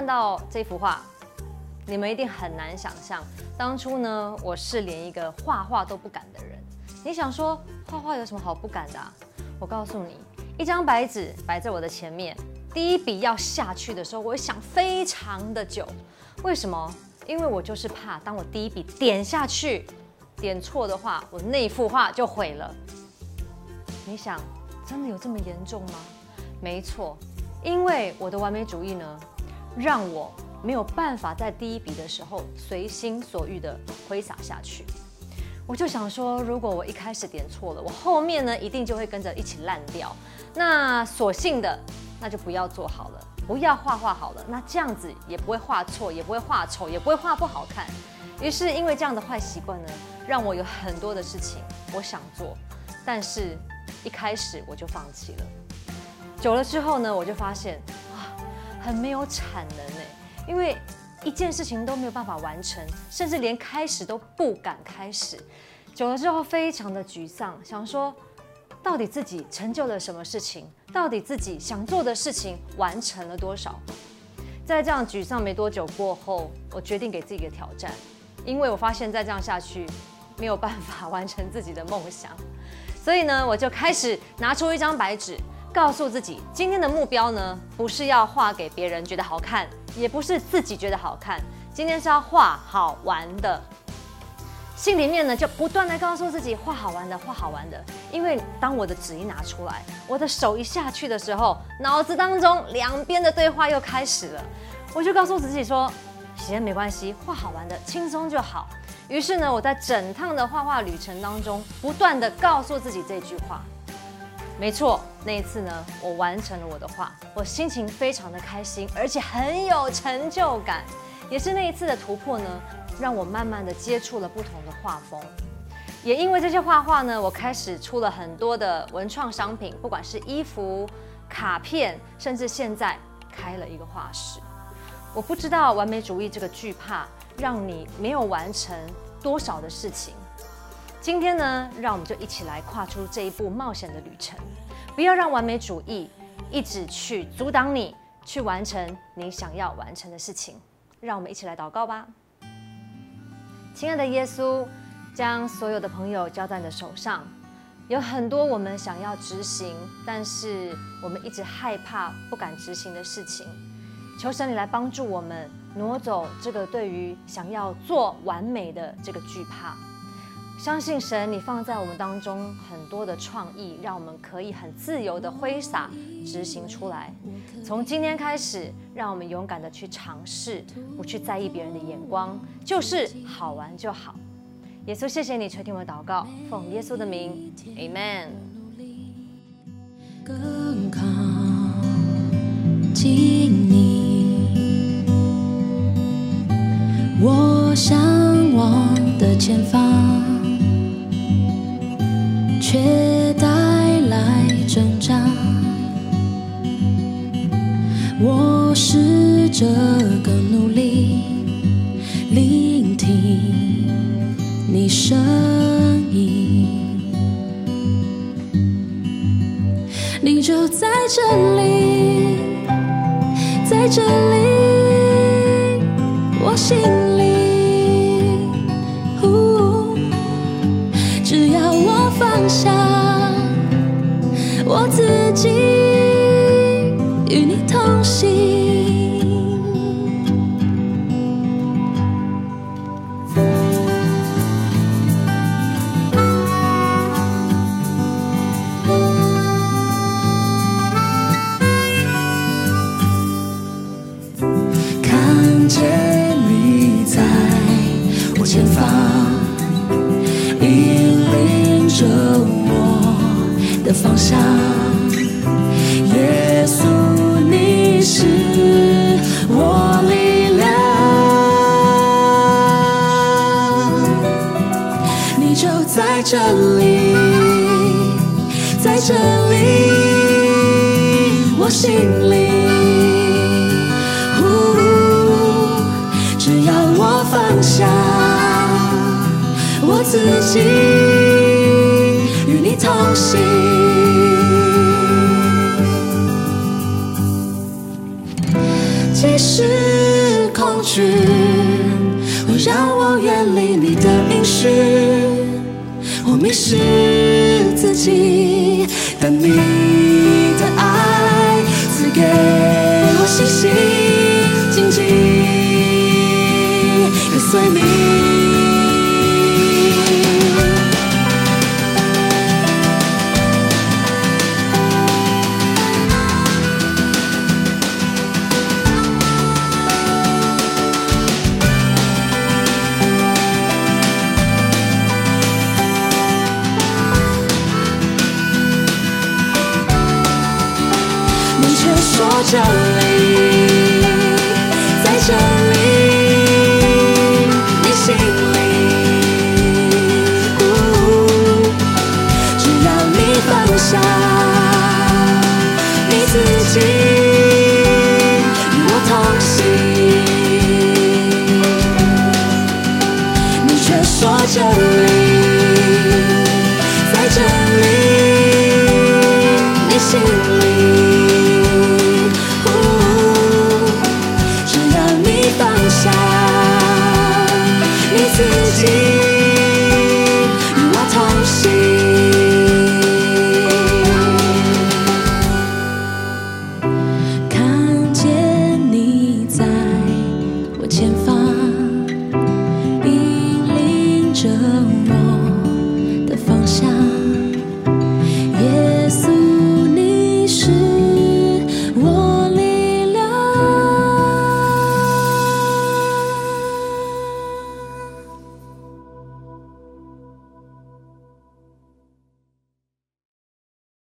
到这幅画，你们一定很难想象，当初呢，我是连一个画画都不敢的人。你想说画画有什么好不敢的啊？我告诉你，一张白纸摆在我的前面，第一笔要下去的时候，我会想非常的久。为什么？因为我就是怕，当我第一笔点下去，点错的话，我那幅画就毁了。你想，真的有这么严重吗？没错，因为我的完美主义呢，让我没有办法在第一笔的时候随心所欲的挥洒下去。我就想说，如果我一开始点错了，我后面呢一定就会跟着一起烂掉。那索性的，那就不要做好了，不要画好了。那这样子也不会画错，也不会画丑，也不会画不好看。于是因为这样的坏习惯呢，让我有很多的事情我想做，但是一开始我就放弃了。久了之后呢，我就发现哇，很没有产能哎，因为一件事情都没有办法完成，甚至连开始都不敢开始。久了之后非常的沮丧，想说到底自己成就了什么事情，到底自己想做的事情完成了多少。在这样沮丧没多久过后，我决定给自己一个挑战，因为我发现再这样下去没有办法完成自己的梦想。所以呢，我就开始拿出一张白纸，告诉自己，今天的目标呢，不是要画给别人觉得好看，也不是自己觉得好看，今天是要画好玩的。心里面呢，就不断的告诉自己，画好玩的，画好玩的。因为当我的纸一拿出来，我的手一下去的时候，脑子当中两边的对话又开始了。我就告诉自己说，行，没关系，画好玩的，轻松就好。于是呢，我在整趟的画画旅程当中，不断的告诉自己这句话。没错，那一次呢，我完成了我的画，我心情非常的开心，而且很有成就感。也是那一次的突破呢，让我慢慢的接触了不同的画风。也因为这些画画呢，我开始出了很多的文创商品，不管是衣服、卡片，甚至现在开了一个画室。我不知道完美主义这个惧怕，让你没有完成多少的事情。今天呢，让我们就一起来跨出这一步冒险的旅程，不要让完美主义一直去阻挡你去完成你想要完成的事情。让我们一起来祷告吧。亲爱的耶稣，将所有的朋友交在你的手上，有很多我们想要执行，但是我们一直害怕不敢执行的事情。求神你来帮助我们挪走这个对于想要做完美的这个惧怕。相信神你放在我们当中很多的创意，让我们可以很自由的挥洒执行出来。从今天开始，让我们勇敢的去尝试，不去在意别人的眼光，就是好玩就好。耶稣，谢谢你垂听我的祷告，奉耶稣的名 ，Amen。 更靠近你，我向往的前方，却带来挣扎。我试着更努力聆听你声音，你就在这里，在这里，我心里。只要我放下我自己，与你同行。看见你在我前方，引领着我的方向。耶稣，你是我力量，你就在这里，在这里，我心里。只要我放下我自己，与你同行。即使句，会让我远离你的应许。我迷失自己，但你的爱赐给我信心，紧紧跟随你。说着